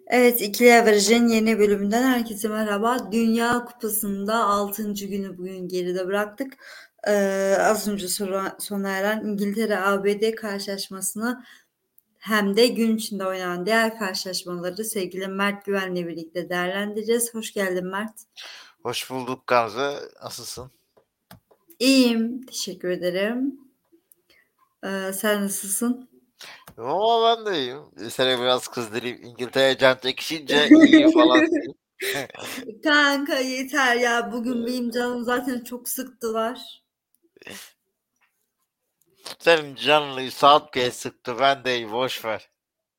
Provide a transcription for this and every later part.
Evet, İkili Averaj'ın yeni bölümünden herkese merhaba. Dünya Kupası'nda 6. günü bugün geride bıraktık. Az önce sona eren İngiltere-ABD karşılaşmasını hem de gün içinde oynanan diğer karşılaşmaları sevgili Mert Güven'le birlikte değerlendireceğiz. Hoş geldin Mert. Hoş bulduk Gamze. Nasılsın? İyiyim, teşekkür ederim. Sen nasılsın? Ama ben de iyiyim. Seni biraz kızdırayım. İngiltere can çekişince iyi falan diyeyim. Kanka yeter ya, bugün benim canım zaten çok sıktılar. Senin canını Southgate sıktı. Ben de iyi. Boş ver.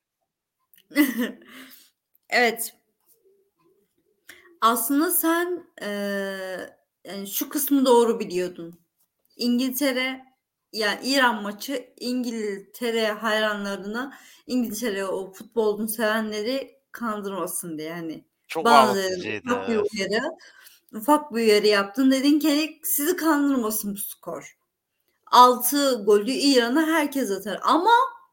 Evet. Aslında sen yani şu kısmı doğru biliyordun. İngiltere, yani İran maçı İngiltere hayranlarına, İngiltere o futbolunu sevenleri kandırmasın diye, yani Çok bazıları avantajlıydı. ufak bir Evet. uyarı ufak bir uyarı yaptın, dedin ki hani sizi kandırmasın bu skor. 6 golü İran'a herkes atar ama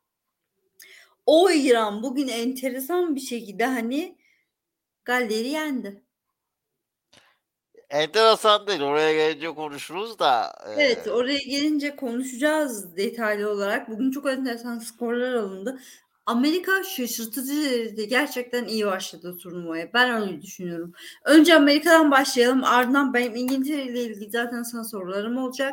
o İran bugün enteresan bir şekilde hani Galler'i yendi. Enteresan değil. Oraya gelince konuşuruz da. Evet, oraya gelince konuşacağız detaylı olarak. Bugün çok enteresan skorlar alındı. Amerika şaşırtıcı derecede gerçekten iyi başladı turnuvaya. Ben öyle düşünüyorum. Önce Amerika'dan başlayalım. Ardından benim İngiltere ile ilgili zaten sana sorularım olacak.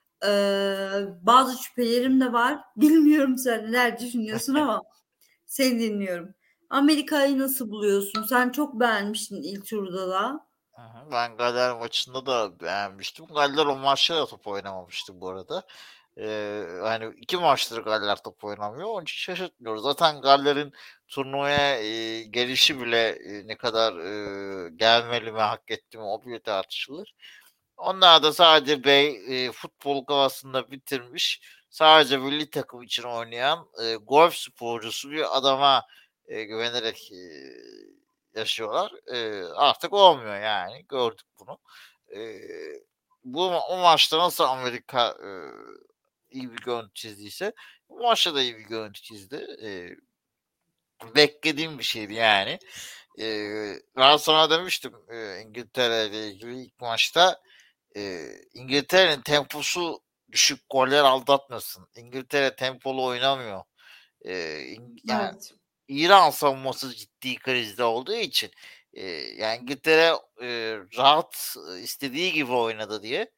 Bazı şüphelerim de var. Bilmiyorum sen neler düşünüyorsun ama seni dinliyorum. Amerika'yı nasıl buluyorsun? Sen çok beğenmiştin ilk turda da. Hı. Ben Galler maçında da beğenmiştim. Galler o maçta da top oynamamıştı bu arada. Hani iki maçtır Galler top oynamıyor. Onun için şaşırtmıyor. Zaten Galler'in turnuvaya gelişi bile ne kadar gelmeli mi hak etti mi o bile tartışılır. Onlar da sadece futbol kafasında bitirmiş. Sadece milli takım için oynayan golf sporcusu bir adama güvenerek yaşıyorlar. Artık olmuyor yani. Gördük bunu. E, o maçta nasıl Amerika iyi bir görüntü çizdiyse bu maçta da iyi bir görüntü çizdi. Beklediğim bir şeydi yani. Ben sana demiştim İngiltere ile ilgili ilk maçta İngiltere'nin temposu düşük, goller aldatmasın. İngiltere tempolu oynamıyor. Yani Evet. İran savunması ciddi krizde olduğu için yani İngiltere rahat istediği gibi oynadı diye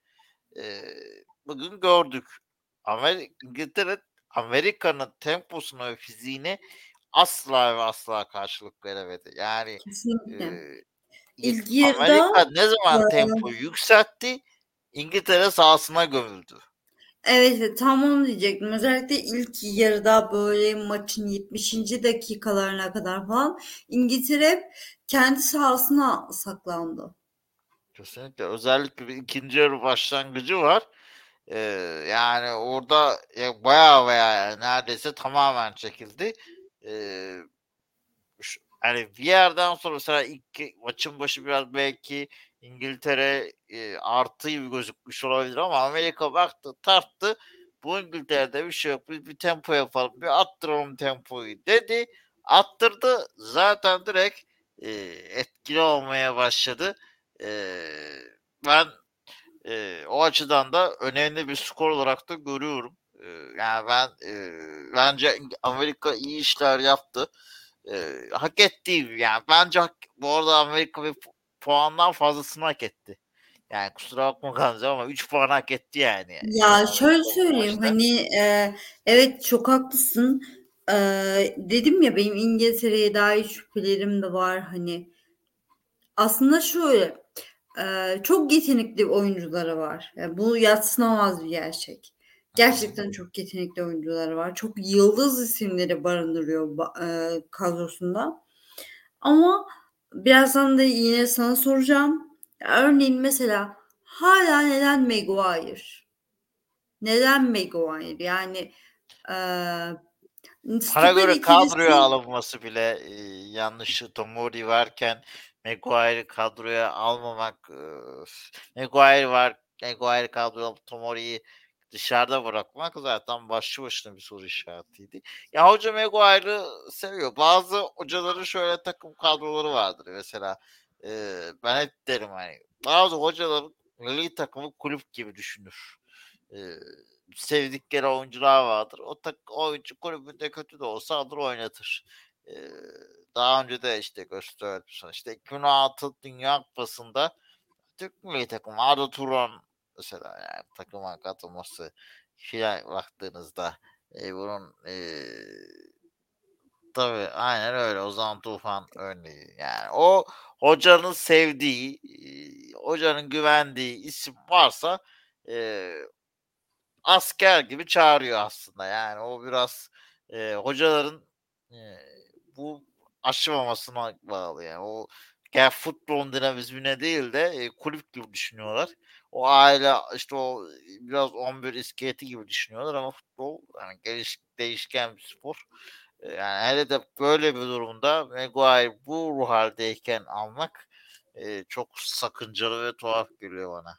bugün gördük. İngiltere Amerika'nın temposuna ve fiziğine asla ve asla karşılık veremedi. Yani Kesinlikle. eee, İlk yarıda Amerika ne zaman tempoyu yükseltti, İngiltere sahasına gömüldü. evet, tam onu diyecektim. Özellikle ilk yarıda böyle maçın 70. dakikalarına kadar falan İngiltere hep kendi sahasına saklandı. Kesinlikle. Özellikle bir ikinci yarı başlangıcı var. Eee, Yani orada baya neredeyse tamamen çekildi. Eee Hani bir yerden sonra mesela ilk maçın başı biraz belki İngiltere artı gibi gözükmüş olabilir ama Amerika baktı tarttı. Bu İngiltere'de bir şey yok. Biz bir tempo yapalım. Bir attıralım tempoyu dedi. Attırdı. Zaten direkt e, etkili olmaya başladı. E, Ben o açıdan da önemli bir skor olarak da görüyorum. Yani bence Amerika iyi işler yaptı. Hak ettiği yani bence bu arada Amerika bir puandan fazlasını hak etti. Yani kusura bakma Gamze ama 3 puan hak etti yani Ya şöyle Amerika bu söyleyeyim maçta. hani evet, çok haklısın. Dedim ya, benim İngiltere'ye dair şüphelerim de var hani. Aslında şöyle, çok yetenekli oyuncuları var. Yani bu yadsınamaz bir gerçek. Hı hı. Gerçekten çok yetenekli oyuncuları var. Çok yıldız isimleri barındırıyor kadrosunda. Ama birazdan da yine sana soracağım. Ya örneğin mesela hala neden Maguire? Neden Maguire? Yani Bana stoper göre kadroya ikilisi. alınması bile yanlışı. Tomori varken Maguire'ı kadroya almamak Maguire var. Maguire kadroya alıp Tomori'yi dışarıda bırakmak zaten başlı başına bir soru işaretiydi. Ya hoca Maguire'ı seviyor. Bazı hocaların şöyle takım kadroları vardır mesela. Ben hep derim hani bazı hocaların milli takımı kulüp gibi düşünür. Ee, Sevdikleri oyuncular vardır. Oyuncu kulübünde kötü de olsa alır oynatır. Ee, Daha önce de işte gösterdim. İşte 2016 Dünya Kupası'nda Türk milli takımı Arda Turan mesela yani takıma katılması filan baktığınızda bunun tabii aynen öyle Ozan Tufan örneği yani o hocanın sevdiği hocanın güvendiği isim varsa e, asker gibi çağırıyor aslında. Yani o biraz hocaların e, bu aşımamasına bağlı yani. O gel futbolun dinamizmine değil de kulüp gibi düşünüyorlar. O aile işte o biraz 11 iskeleti gibi düşünüyorlar ama futbol yani değişken bir spor. Yani hele de böyle bir durumda Maguire bu ruh haldeyken almak çok sakıncalı ve tuhaf geliyor bana.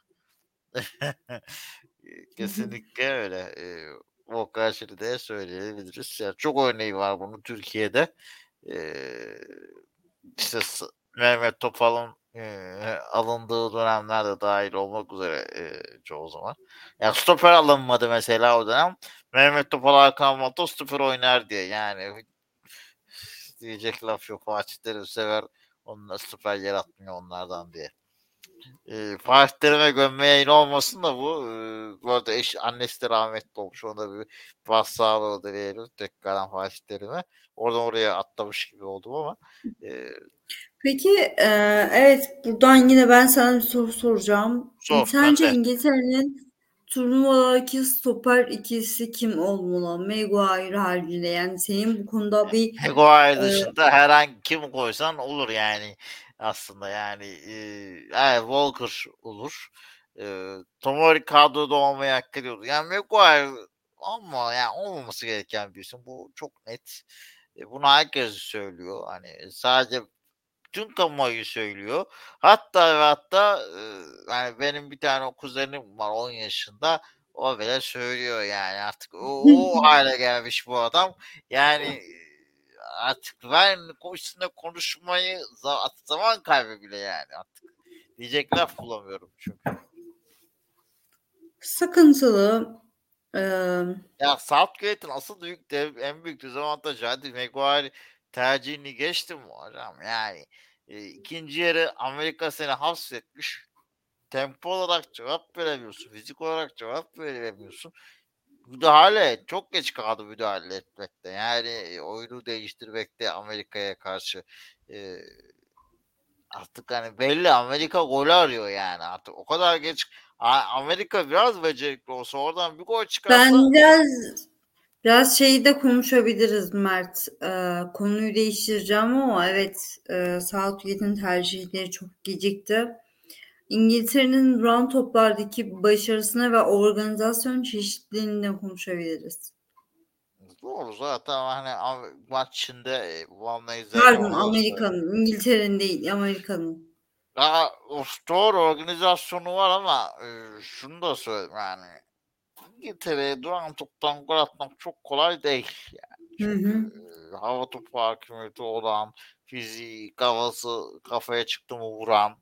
Kesinlikle öyle. Volkan de söyleyebiliriz. Yani çok örneği var bunu Türkiye'de. Eee işte Mehmet Topal'ın alındığı dönemlerde dahil olmak üzere çoğu zaman. Yani stoper alınmadı mesela o dönem. Mehmet Topal Hakan Malta stoper oynar diye. Yani diyecek laf yok. Fatih Terim sever. Onlar stoper yer atmıyor onlardan diye. Fatih Terim'e gömmeye yine olmasın da bu. Bu arada annesi de rahmetli olmuş. Ona da bir başsağlığı dileyelim. Tekrardan Fatih Terim'e. Oradan oraya atlamış gibi oldum ama. E, Peki, evet, buradan yine ben sana bir soru soracağım. Zor. Sence Gönder. İngiltere'nin turnuvadaki stoper ikilisi kim olmalı? Maguire haricinde yani senin bu konuda bir Maguire e, dışında herhangi kim koysan olur yani. Aslında yani. Evet, Walker olur. Tomori kadroda olmayı hak ediyordu. Yani Maguire ama yani olmaması gereken bir isim. Bu çok net. Bunu herkes söylüyor. Hani sadece tüm kamuoyu söylüyor. Hatta ve hatta yani benim bir tane kuzenim var 10 yaşında. O bile söylüyor yani artık o hale gelmiş bu adam. Yani artık ben üstünde konuşmayı zaman kaybı bile yani artık. Diyecek laf bulamıyorum çünkü. sıkıntılı. E, Ya Southgate'in asıl en büyük dezavantajı hadi Maguire tercihini geçtim hocam yani ikinci yarı Amerika seni hapsetmiş tempo olarak cevap veremiyorsun fizik olarak cevap veremiyorsun müdahale çok geç kaldı müdahale etmekte yani oyunu değiştirmekte Amerika'ya karşı e, artık hani belli Amerika golü arıyor yani artık o kadar geç Amerika biraz becerikli olsa oradan bir gol çıkarsa Ben biraz şeyi de konuşabiliriz Mert. Konuyu değiştireceğim ama evet, Southgate'in tercihleri çok gecikti. İngiltere'nin round toplardaki başarısına ve organizasyon çeşitliliğini de konuşabiliriz. doğru zaten hani maç içinde Van'la izlerken Pardon, onu da söyleyeyim. Amerika'nın, İngiltere'nin değil, Amerika'nın. Doğru organizasyonu var ama şunu da söyleyeyim yani İngiltere'ye duran toptan gol atmak çok kolay değil yani. Hı Çünkü hı. hava topu hakimiyeti olan fiziği kafaya çıktı mı vuran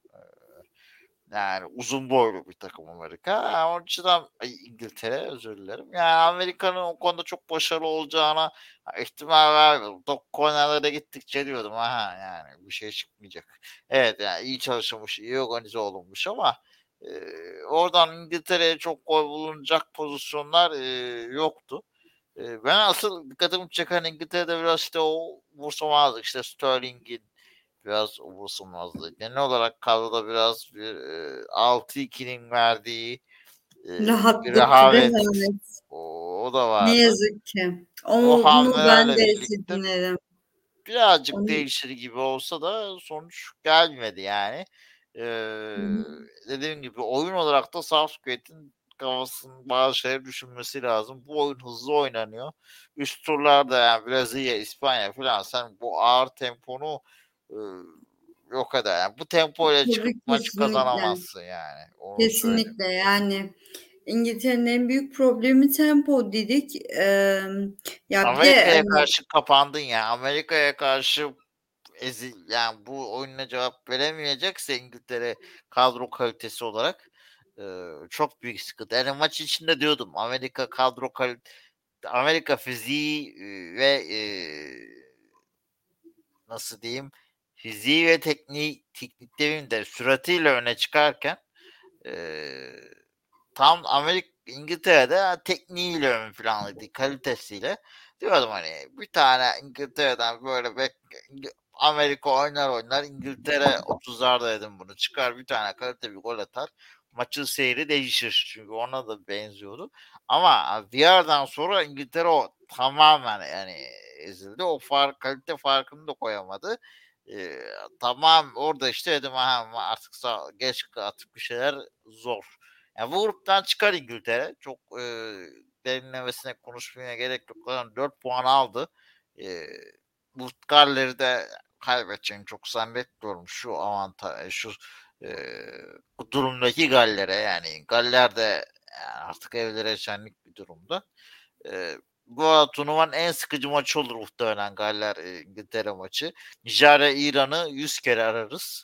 yani uzun boylu bir takım Amerika. Onun açıdan İngiltere özür dilerim. Yani Amerika'nın o konuda çok başarılı olacağına ihtimal vermiyorum. Top kornerlere gittikçe diyordum aha yani bir şey çıkmayacak. Evet yani iyi çalışılmış, iyi organize olunmuş ama oradan İngiltere'ye çok gol bulunacak pozisyonlar yoktu. Ben asıl dikkatimi çeken İngiltere'de biraz işte o vursamazlık işte Sterling'in biraz umursamazdı. Genel olarak kadroda biraz bir 6-2'nin verdiği e, bir Rahatlık ve rehavet rehavet. o da Ne vardı. yazık ki. O Onu ben hamlelerle de birlikte dinledim. birazcık Onu... değişir gibi olsa da sonuç gelmedi yani. E, Hı hı. Dediğim gibi oyun olarak da Southgate'in kafasının bazı şeyleri düşünmesi lazım. Bu oyun hızlı oynanıyor. Üst turlarda yani Brezilya, İspanya falan sen bu ağır temponu e, yok eder. Yani bu tempoyla çıkıp Tabii, maçı kesinlikle. kazanamazsın yani. Onu söyleyeyim. Kesinlikle yani. İngiltere'nin en büyük problemi tempo dedik. Ya bir de Amerika'ya hani karşı kapandın ya. Amerika'ya karşı yani bu oyuna cevap veremeyecekse İngiltere kadro kalitesi olarak çok büyük sıkıntı. Yani maç içinde diyordum Amerika kadro Amerika fiziği ve nasıl diyeyim, fiziği ve teknik demeyeyim de süratiyle öne çıkarken eee, tam İngiltere'de tekniğiyle ön planlıydı, kalitesiyle. Diyordum hani bir tane İngiltere'den böyle Amerika oynar İngiltere 30'larda dedim bunu çıkar bir tane kalite bir gol atar. Maçın seyri değişir. Çünkü ona da benziyordu. Ama VR'dan sonra İngiltere o tamamen yani ezildi. O kalite farkını da koyamadı. Ee, tamam orada işte dedim aha, artık geç artık bir şeyler zor. Yani bu gruptan çıkar İngiltere. Çok derinlemesine konuşmaya gerek yok. Zaten 4 puan aldı. E, bu Galler'i de kaybedeceğini çok zannetmiyorum. Şu e, bu durumdaki Galler'e yani Galler de yani artık evlere şenlik bir durumda. E, bu turnuvanın en sıkıcı maçı olur muhtemelen Galler İngiltere maçı. Nijerya İran'ı 100 kere ararız.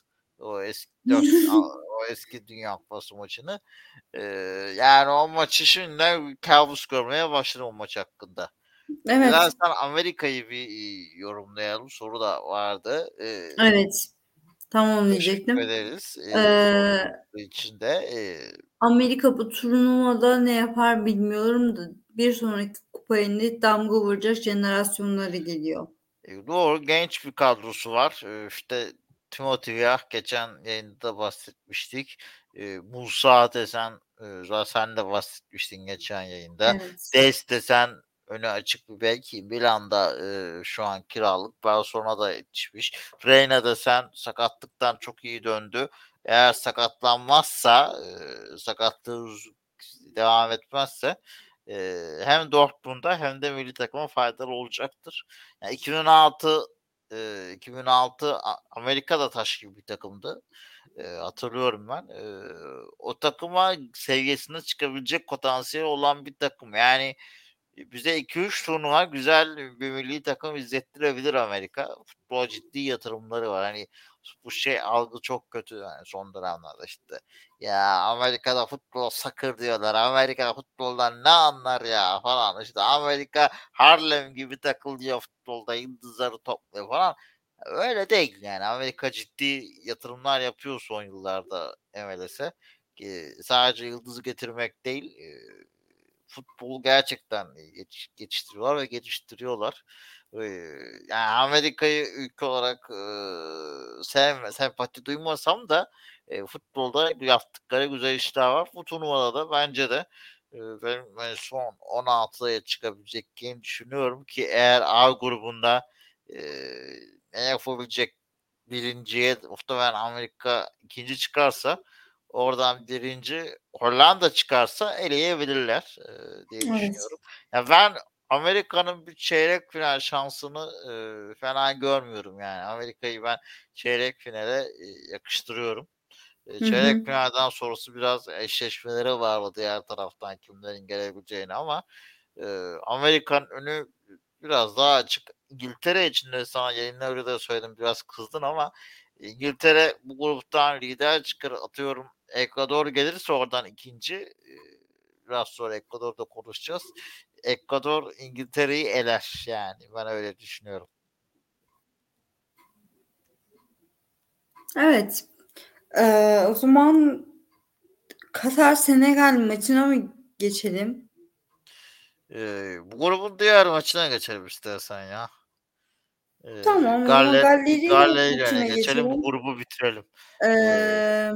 O eski Dünya Kupası maçını. Ee, yani o maçı şimdiden kabus görmeye başladım o maç hakkında. evet, Birazdan Amerika'yı bir yorumlayalım. Soru da vardı. evet, tamam Teşekkür diyecektim. ederiz. Ee, Bu için de Amerika bu turnuvada ne yapar bilmiyorum da bir sonraki kupaya net damga vuracak jenerasyonları geliyor. doğru genç bir kadrosu var. İşte Timothy Weah geçen yayında da bahsetmiştik. Musa desen sen de bahsetmiştin geçen yayında. Evet. Des desen önü açık bir bek. Milan'da şu an kiralık. Barcelona da yetişmiş. Reyna desen sakatlıktan çok iyi döndü. Eğer sakatlanmazsa sakatlığı devam etmezse hem Dortmund'a hem de milli takıma faydalı olacaktır. Yani 2006 Amerika'da taş gibi bir takımdı. Hatırlıyorum ben. O takıma seviyesine çıkabilecek potansiyeli olan bir takım. Yani bize 2-3 turnuva güzel bir milli takım izlettirebilir Amerika. Futbola ciddi yatırımları var. Hani bu algı çok kötü yani son dönemlerde işte. Ya Amerika'da futbol sakır diyorlar. Amerika futboldan ne anlar ya falan. İşte Amerika Harlem gibi takılıyor futbolda yıldızları topluyor falan. Öyle değil yani. Amerika ciddi yatırımlar yapıyor son yıllarda MLS'e. Sadece yıldızı getirmek değil, futbolu gerçekten geçiştiriyorlar ve geliştiriyorlar. Yani Amerika'yı ülke olarak sempati duymasam da futbolda yaptıkları güzel işler var. Bu turnuvada da bence de ben son 16'ya çıkabileceklerini düşünüyorum ki eğer A grubunda e, ne yapabilecek birinciye muhtemelen Amerika ikinci çıkarsa oradan birinci Hollanda çıkarsa eleyebilirler diye Evet. düşünüyorum. Ya ben Amerika'nın bir çeyrek final şansını fena görmüyorum yani. Amerika'yı ben çeyrek finale yakıştırıyorum. Hı hı. Çeyrek finalden sonrası biraz eşleşmelere bağlı diğer taraftan kimlerin gelebileceğini ama e, Amerika'nın önü biraz daha açık. İngiltere için de sana yayında öyle de söyledim biraz kızdın ama İngiltere bu gruptan lider çıkar atıyorum. Ekvador gelirse oradan ikinci biraz sonra Ekvador'da konuşacağız. Ekvador İngiltere'yi eler yani ben öyle düşünüyorum. Evet. O zaman Katar Senegal maçına mı geçelim? Bu grubun diğer maçına geçelim istersen ya. Tamam, o zaman Galler Galler'e maçına geçelim bu geçelim. grubu bitirelim. Ee, Ee,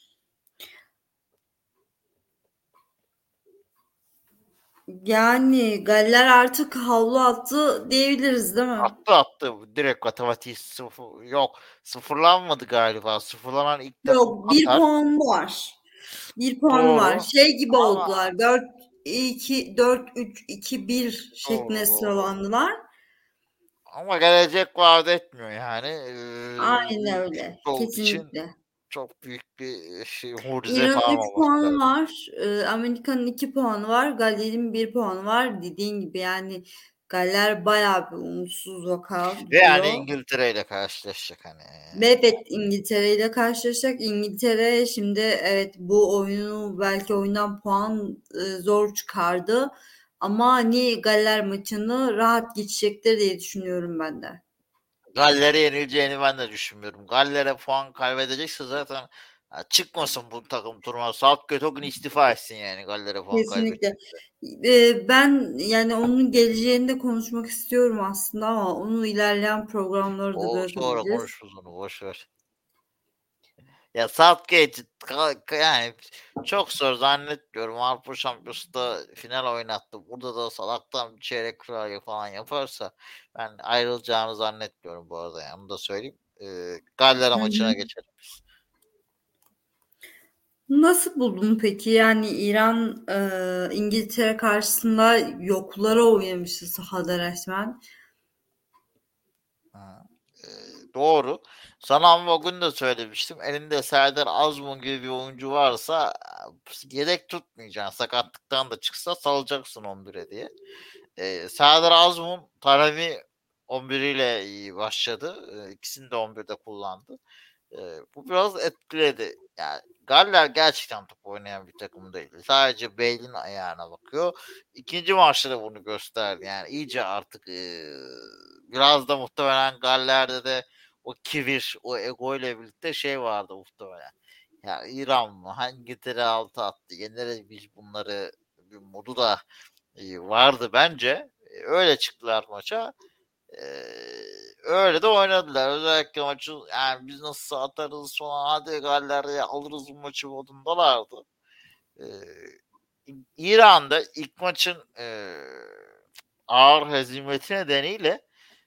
Yani Galler artık havlu attı diyebiliriz değil mi? attı direkt matematiği sıfır yok sıfırlanmadı galiba sıfırlanan ilk takım Yok, bir Katar puan var. Bir puan var. doğru Şey gibi ama oldular. 4-2, 4-3-2-1 şeklinde doğru. sıraladılar. Ama gelecek vaat etmiyor yani Aynen büyük öyle. futbol için Kesinlikle. çok büyük bir mucize İran'ın falan 3 olması puanı lazım. var. Amerika'nın 2 puanı var. Galler'in 1 puanı var. Dediğin gibi yani Galler bayağı bir umutsuz vaka Ve yani gidiyor. İngiltere ile karşılaşacak hani. Evet, İngiltere ile karşılaşacak. İngiltere şimdi evet bu oyunu belki oyundan puan zor çıkardı. Ama hani Galler maçını rahat geçecektir diye düşünüyorum ben de. Galler'e yenileceğini ben de düşünmüyorum. Galler'e puan kaybedecekse zaten çıkmasın bu takım turuna. Southgate o gün istifa etsin yani Galler'e puan Kesinlikle. kaybedecekse. Ben yani onun geleceğini de konuşmak istiyorum aslında ama onu ilerleyen programları da O sonra bırakabiliriz. konuşuruz onu boş ver. Ya Southgate yani çok zor zannetmiyorum. Avrupa Şampiyonası'nda final oynattı. Burada da salaktan bir çeyrek final falan yaparsa ben ayrılacağını zannetmiyorum bu arada. Yani onu da söyleyeyim. Galler Hı maçına hı. geçelim. Nasıl buldun peki? Yani İran İngiltere karşısında yoklara oynamıştı sahada resmen. Ha, doğru. Sana ama o gün de söylemiştim. Elinde Serdar Azmun gibi bir oyuncu varsa yedek tutmayacaksın. Sakatlıktan da çıksa salacaksın 11'e diye. Serdar Azmun Taremi 11 ile başladı. İkisini de 11'de kullandı. Bu biraz etkiledi. Yani Galler gerçekten top oynayan bir takım değil. Sadece Bale'in ayağına bakıyor. İkinci maçta da bunu gösterdi. Yani iyice artık biraz da muhtemelen Galler'de de o kibir, o ego ile birlikte şey vardı muhtemelen. Ya İran mı? Hangi tere altı attı? Yeneriz biz bunları bir modu da vardı bence. Öyle çıktılar maça. Öyle de oynadılar. Özellikle maçı yani biz nasıl atarız falan hadi Galler'de alırız bu maçı modundalardı. Eee İran'da ilk maçın ağır hezimeti nedeniyle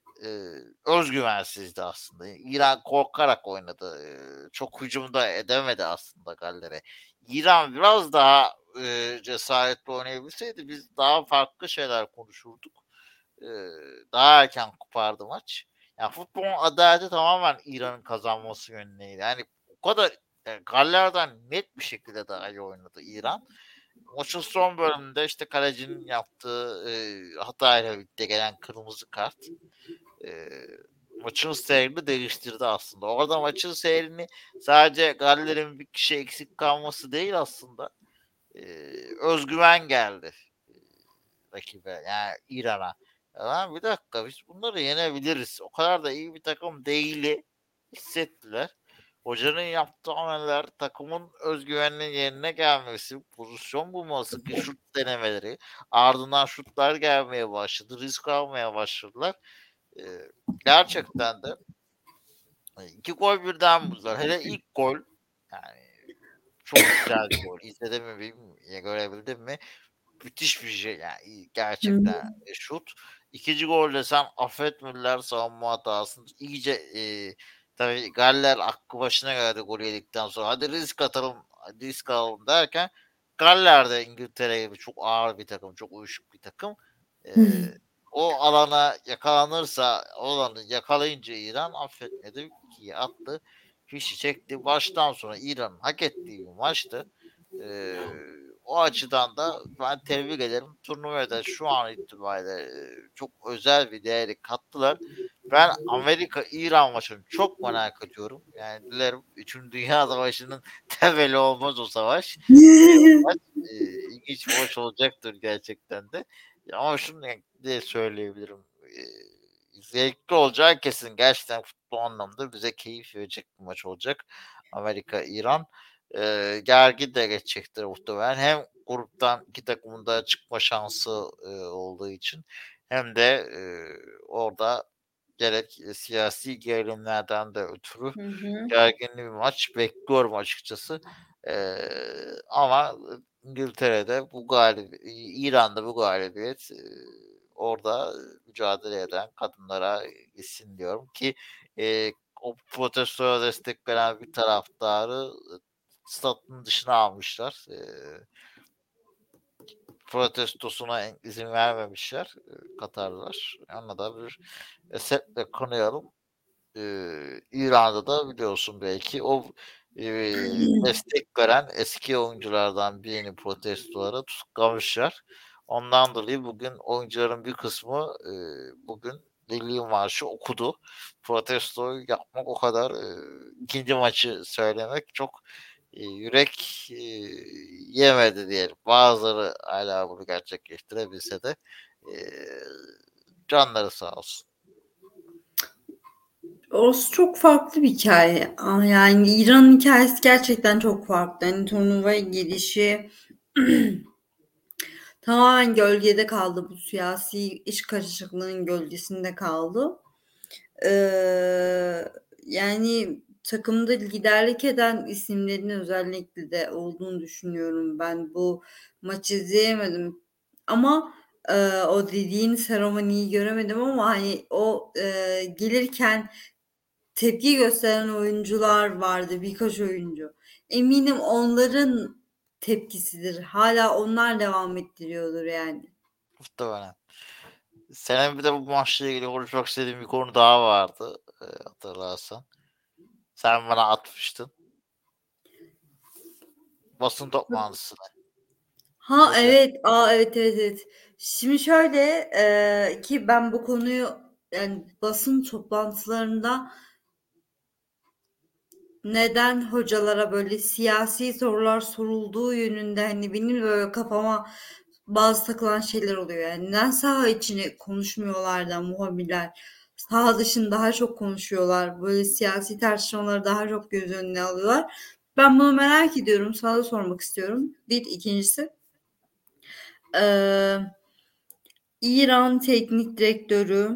özgüvensizdi aslında. İran korkarak oynadı. Çok hücumda edemedi aslında Galler'e. İran biraz daha cesaretli oynayabilseydi biz daha farklı şeyler konuşurduk. Eee, Daha erken kopardı maç. Yani futbolun adaleti tamamen İran'ın kazanması yönündeydi. Yani o kadar Galler'den net bir şekilde daha iyi oynadı İran. Maçın son bölümünde işte kalecinin yaptığı hatayla birlikte gelen kırmızı kart e, maçın seyrini değiştirdi aslında. Orada maçın seyrini sadece Galler'in bir kişi eksik kalması değil aslında. E, Özgüven geldi rakibe yani İran'a. Ya bir dakika biz bunları yenebiliriz. O kadar da iyi bir takım değili hissettiler. Hocanın yaptığı hamleler, takımın özgüveninin yerine gelmesi, pozisyon bulması, ki şut denemeleri, ardından şutlar gelmeye başladı, risk almaya başladılar. Ee, Gerçekten de iki gol birden buldular. Hele ilk gol yani çok güzel bir gol. İzledim mi bilmiyorum, görebildim mi? Müthiş bir şey yani Hı hı. gerçekten şut. İkinci golde sen affetmediler savunma hatasını. İyice tabii Galler aklı başına geldi gol yedikten sonra. Hadi risk atalım, hadi risk alalım derken Galler de İngiltere gibi çok ağır bir takım, çok uyuşuk bir takım. E, O alana yakalanırsa o alanı yakalayınca İran affetmedi. İkiye attı. Fişi çekti. Baştan sonra İran'ın hak ettiği bir maçtı. Ee, O açıdan da ben tebrik ederim. Turnuvada şu an itibariyle çok özel bir değeri kattılar. Ben Amerika-İran maçını çok merak ediyorum. Yani dilerim 3. Dünya Savaşı'nın temeli olmaz o savaş. O maç ilginç bir maç olacaktır gerçekten de. Ama şunu de söyleyebilirim. Zevkli olacağı kesin. Gerçekten futbol anlamda bize keyif verecek bir maç olacak. Amerika-İran gergin de geçecektir muhtemelen. Hem gruptan iki takımın da çıkma şansı olduğu için hem de orada gerek siyasi gerilimlerden de ötürü Hı hı. gerginli bir maç bekliyorum açıkçası. Ama İngiltere'de bu İran'da bu galibiyet orada mücadele eden kadınlara gitsin diyorum ki o protestoya destek veren bir taraftarı statın dışına almışlar. Protestosuna izin vermemişler Katarlılar. Ona da bir esetle kınayalım. İran'da da biliyorsun belki o destek veren eski oyunculardan birini protestolara tutuklamışlar. Ondan dolayı bugün oyuncuların bir kısmı bugün Milli Marşı okudu. Protesto yapmak o kadar ikinci maçı söylemek çok yürek yemedi diyelim. Bazıları hala bunu gerçekleştirebilse de canları sağ olsun. Orası çok farklı bir hikaye. Yani İran'ın hikayesi gerçekten çok farklı. Hani turnuvaya gelişi tamamen gölgede kaldı. Bu siyasi iş karışıklığının gölgesinde kaldı. Yani takımda liderlik eden isimlerin özellikle de olduğunu düşünüyorum ben. Bu maçı izleyemedim ama o dediğin seremoniyi göremedim ama hani o gelirken tepki gösteren oyuncular vardı, birkaç oyuncu. Eminim onların tepkisidir. Hala onlar devam ettiriyordur yani. Muhtemelen. Senin bir de bu maçla ilgili konuşmak istediğin bir konu daha vardı. Hatırlarsan. Sen bana atmıştın. Basın toplantısını. Ha Hoca. evet, evet. Şimdi şöyle ki ben bu konuyu yani basın toplantılarında neden hocalara böyle siyasi sorular sorulduğu yönünde hani benim böyle kafama bazı takılan şeyler oluyor. Yani neden saha içini konuşmuyorlar da muhabirler saha dışını daha çok konuşuyorlar. Böyle siyasi tartışmaları daha çok göz önüne alıyorlar. Ben bunu merak ediyorum. Sana da sormak istiyorum. Bir ikincisi. Ee, İran Teknik Direktörü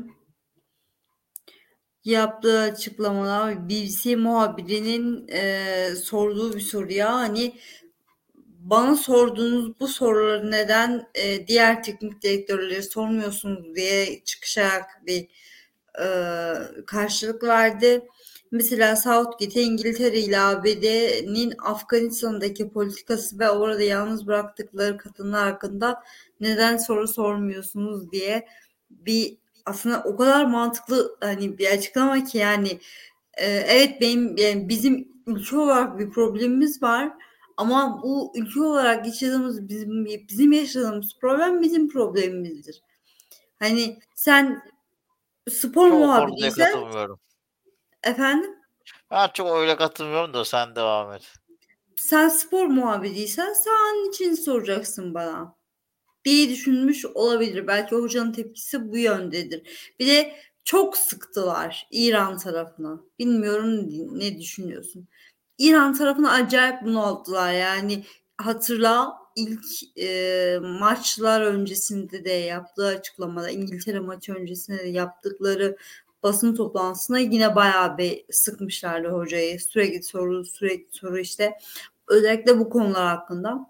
yaptığı açıklamalar BBC muhabirinin sorduğu bir soruya hani bana sorduğunuz bu soruları neden diğer teknik direktörlere sormuyorsunuz diye çıkışarak bir karşılık verdi. Mesela Southgate İngiltere ile ABD'nin Afganistan'daki politikası ve orada yalnız bıraktıkları kadınlar hakkında neden soru sormuyorsunuz diye bir aslında o kadar mantıklı hani bir açıklama ki yani evet benim yani bizim ülke olarak bir problemimiz var ama bu ülke olarak yaşadığımız bizim yaşadığımız problem bizim problemimizdir. Hani sen spor Çok o konuda muhabiriysen katılmıyorum. efendim Ben çok öyle katılmıyorum da sen devam et. sen spor muhabiriysen sahanın için soracaksın bana diye düşünmüş olabilir. Belki hocanın tepkisi bu yöndedir. Bir de çok sıktılar İran tarafına. Bilmiyorum ne düşünüyorsun? İran tarafına acayip bunalttılar. Yani hatırla ilk maçlar öncesinde de yaptığı açıklamada İngiltere maçı öncesinde de yaptıkları basın toplantısına yine bayağı bir sıkmışlardı hocayı. Sürekli soru işte özellikle bu konular hakkında.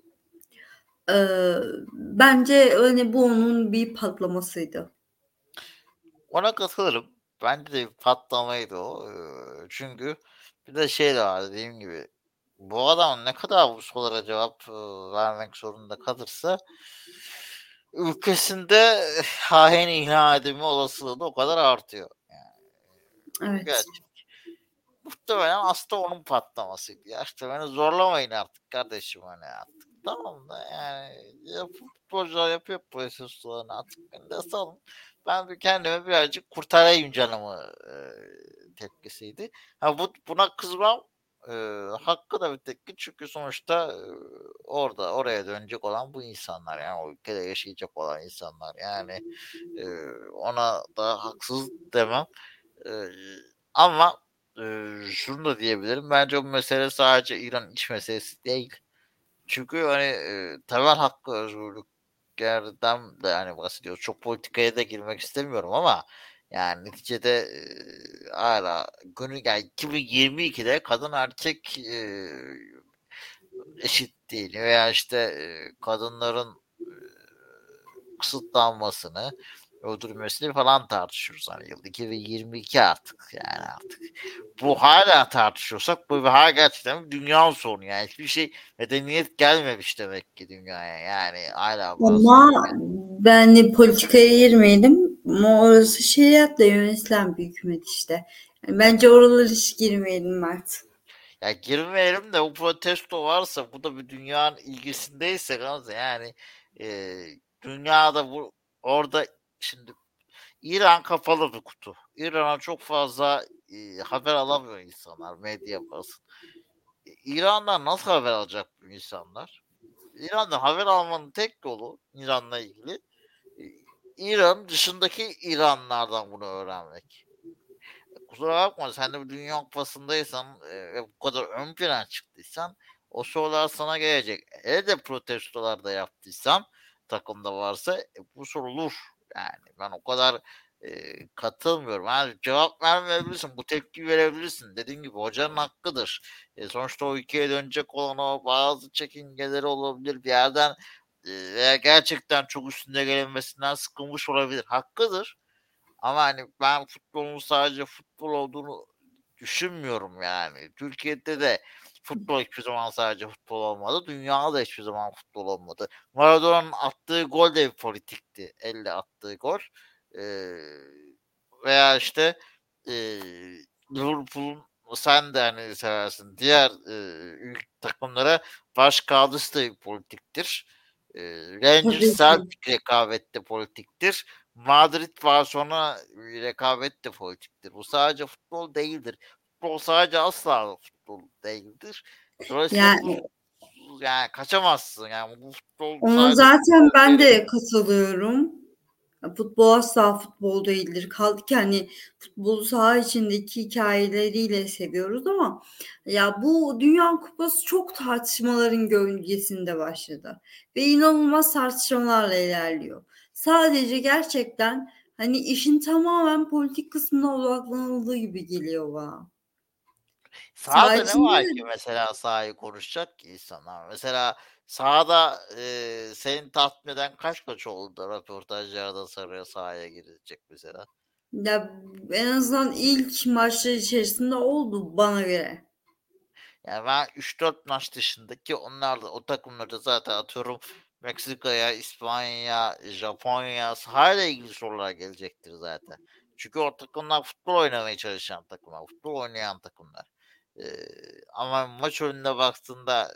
Bence hani bu onun bir patlamasıydı. Ona katılırım. Bence de bir patlamaydı o. Çünkü bir de şey de var dediğim gibi. Bu adam ne kadar bu sorulara cevap vermek zorunda kalırsa ülkesinde hain ihlal edilme olasılığı da o kadar artıyor. Yani, bu Evet. gerçek. Muhtemelen aslında onun patlamasıydı ya. İşte beni zorlamayın artık kardeşim hani artık. Tamam da yani futbolcular yapıyor protestolarını artık beni de salın. Ben bir kendimi birazcık kurtarayım canımı tepkisiydi. Ha buna kızmam e, hakkı da bir tepki çünkü sonuçta oraya dönecek olan bu insanlar yani o ülkede yaşayacak olan insanlar yani ona da haksız demem. E, ama şunu da diyebilirim. Bence bu mesele sadece İran iç meselesi değil. Çünkü hani temel hakkı özgürlüklerden de yani bahsediyoruz. Çok politikaya da girmek istemiyorum ama yani neticede hala günü yani 2022'de kadın erkek eşitliğini veya işte kadınların kısıtlanmasını öldürmesini falan tartışıyoruz. Hani yıl 2022 artık yani artık. Bu hala tartışıyorsak bu hala gerçekten bir dünya sorunu. Yani hiçbir şey medeniyet gelmemiş demek ki dünyaya. Yani hala burası Ama ben politikaya girmeyelim. Ama orası şeriatla yönetilen bir hükümet işte. Yani bence oralara hiç girmeyelim Mert. Ya girmeyelim de bu protesto varsa bu da bir dünyanın ilgisindeyse yani dünyada bu orada şimdi İran kapalı bir kutu. İran'a çok fazla haber alamıyor insanlar, medya basın. İran'dan nasıl haber alacak bu insanlar? İran'dan haber almanın tek yolu İran'la ilgili e, İran dışındaki İranlardan bunu öğrenmek. Kusura bakma sen de bir Dünya Kupası'ndaysan ve bu kadar ön plana çıktıysan o sorular sana gelecek. Hele de protestolar da yaptıysan takımda varsa bu sorulur. Yani ben o kadar katılmıyorum. Yani cevap vermeyebilirsin. Bu tepki verebilirsin. Dediğim gibi hocanın hakkıdır. Sonuçta o ülkeye dönecek olan o bazı çekingeleri olabilir. Bir yerden veya gerçekten çok üstünde gelinmesinden sıkılmış olabilir. Hakkıdır. Ama hani ben futbolun sadece futbol olduğunu düşünmüyorum yani. Türkiye'de de futbol hiçbir zaman sadece futbol olmadı. Dünyada da hiçbir zaman futbol olmadı. Maradona'nın attığı gol de bir politikti. Elle attığı gol. Ee, veya işte ee, Liverpool'un sen de hani seversin. Diğer takımlara baş kağıdısı da bir politiktir. Rangers Tabii ki. Celtic rekabette politiktir. Madrid Barcelona rekabet de politiktir. Bu sadece futbol değildir. Futbol sadece asla futbol değildir. Dolayısıyla bu Yani yani kaçamazsın. Yani bu futbol ona sadece zaten futbol ben değil. de katılıyorum. Futbol asla futbol değildir. Kaldı ki hani futbolu saha içindeki hikayeleriyle seviyoruz ama ya bu Dünya Kupası çok tartışmaların gölgesinde başladı ve inanılmaz tartışmalarla ilerliyor. Sadece gerçekten hani işin tamamen politik kısmına odaklanıldığı gibi geliyor bana. Saha Sahada ne var ki içinde mesela sahayı konuşacak ki insanlar? Mesela sahada senin tatmin eden kaç oldu da röportajlarda sarıya sahaya girecek mesela? ya en azından ilk maçlar içerisinde oldu bana göre. Yani ben 3-4 maç dışındaki onlar da o takımlarda zaten atıyorum Meksika'ya, İspanya, Japonya sahayla ilgili sorular gelecektir zaten. Çünkü o takımlar futbol oynamaya çalışan takımlar, futbol oynayan takımlar. Ee, ama maç önüne baktığında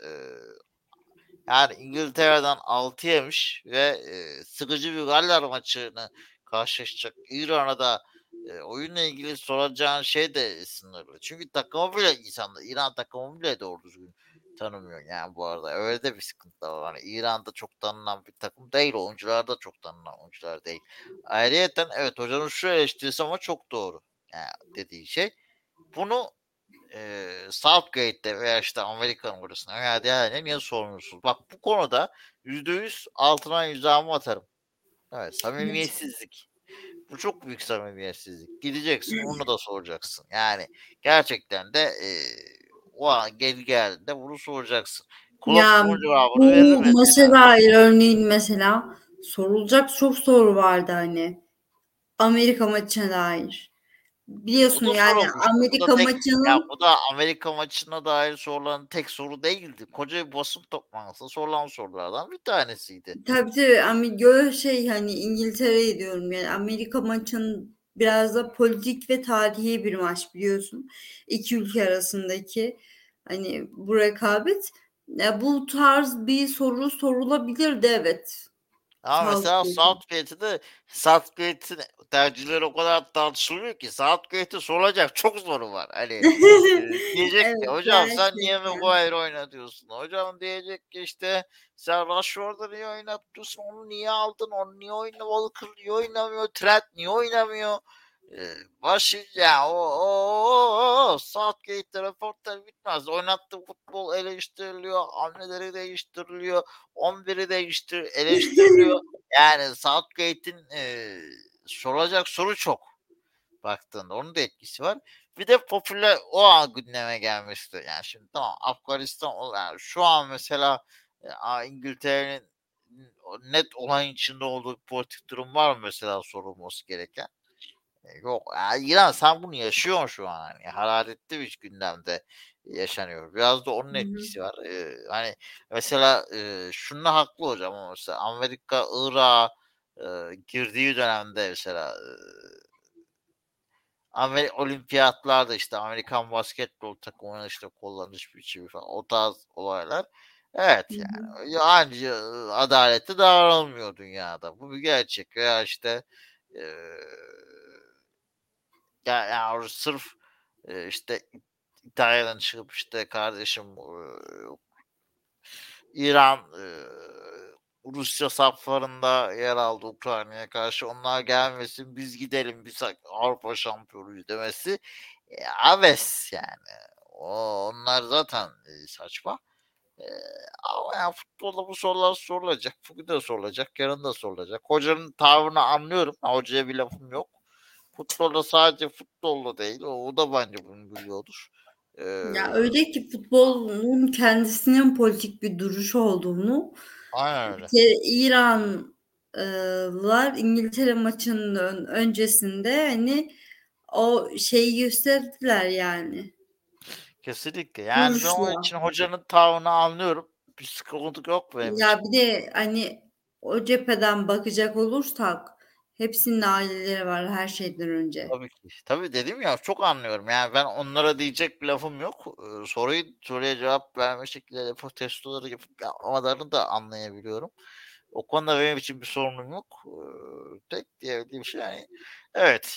yani İngiltere'den 6 yemiş ve sıkıcı bir Galler maçını karşılaşacak. İran'a da oyunla ilgili soracağın şey de sınırlı. Çünkü takımı bile insanlar, İran takımı bile doğru düzgün tanımıyor yani bu arada. Öyle de bir sıkıntı da var. Yani İran'da çok tanınan bir takım değil. Oyuncular da çok tanınan oyuncular değil. Ayrıyeten evet hocanın şu eleştirisi ama çok doğru. Yani dediği şey. Bunu Southgate'de veya işte Amerika'nın burasına veya diğerlerine niye sormuyorsunuz? Bak bu konuda %100 altına imzamı atarım. Evet, Evet. samimiyetsizlik. Bu çok büyük samimiyetsizlik. Gideceksin onu da soracaksın. Yani gerçekten de o an geldiğinde bunu soracaksın. Klopp Ya bunun cevabını verir bu maça mesela. dair örneğin mesela sorulacak çok soru vardı hani Amerika maçına dair. Bu Biliyorsun da yani sorulmuştu. Bu da Amerika tek ya maçının bu da Amerika maçına dair sorulan tek soru değildi. Koca bir basın toplantısında sorulan sorulardan bir tanesiydi. tabii tabii şey hani İngiltere'yi diyorum yani Amerika maçının biraz da politik ve tarihi bir maç biliyorsun. İki ülke arasındaki hani bu rekabet. Ya bu tarz bir soru sorulabilirdi evet. Ama mesela Sağlıklı. Southgate'in tercihleri o kadar tartışılıyor ki Southgate'e sorulacak çok soru var. Hani diyecek ki Evet, hocam sen niye gerçekten. Maguire oynatıyorsun? Hocam diyecek ki işte sen Rashford'u niye oynatıyorsun? Onu niye aldın? Onu niye oynamalı? Niye oynamıyor? Trent niye oynamıyor? Ya Southgate'de röportaj bitmez. Oynattığı futbol eleştiriliyor. Hamleleri değiştiriliyor. 11'i eleştiriliyor. Yani Southgate'in soracak soru çok baktığında. Onun da etkisi var. Bir de popüler o an gündeme gelmişti. Yani şimdi tamam Afganistan yani şu an mesela İngiltere'nin net olayın içinde olduğu bir politik durum var mı mesela sorulması gereken? Yok. Yani İran sen bunu yaşıyorsun şu an. Hani hararetli bir gündemde yaşanıyor. Biraz da onun Hı hı. etkisi var. Hani mesela şununla haklı hocam ama mesela Amerika Irak'a girdiği dönemde mesela Olimpiyatlarda işte Amerikan basketbol takımının işte kullanış biçimi falan o tarz olaylar. Hı Evet hı. yani anca adaletli davranılmıyor dünyada. Bu bir gerçek. Veya işte eee ya sırf işte İtalya'dan çıkıp işte kardeşim İran Rusya saflarında yer aldı Ukrayna'ya karşı. Onlar gelmesin biz gidelim biz Avrupa şampiyonuyuz demesi abes yani. Onlar zaten saçma. E, Ama yani futbolda bu sorular sorulacak. Bugün de sorulacak. Yarın da sorulacak. Hocanın tavrını anlıyorum. Hocaya bir lafım yok. Futbolda sadece futbolda değil. O da bence bunu biliyordur. E, Ya öyle ki futbolun kendisinin politik bir duruş olduğunu aynen bir öyle. kere İranlılar İngiltere maçının öncesinde hani o şeyi gösterdiler yani Kesinlikle. Yani ben onun duruşla. için hocanın tavrını anlıyorum. Bir sıkıntı yok benim için. Ya bir de hani o cepheden bakacak olursak hepsinin aileleri var her şeyden önce. Tabii ki. Tabii dedim ya çok anlıyorum. Yani ben onlara diyecek bir lafım yok. Soruya cevap verme şekilleri, protestoları yapıp yapmamalarını da anlayabiliyorum. O konuda benim için bir sorunum yok. Tek diyebildiğim şey yani evet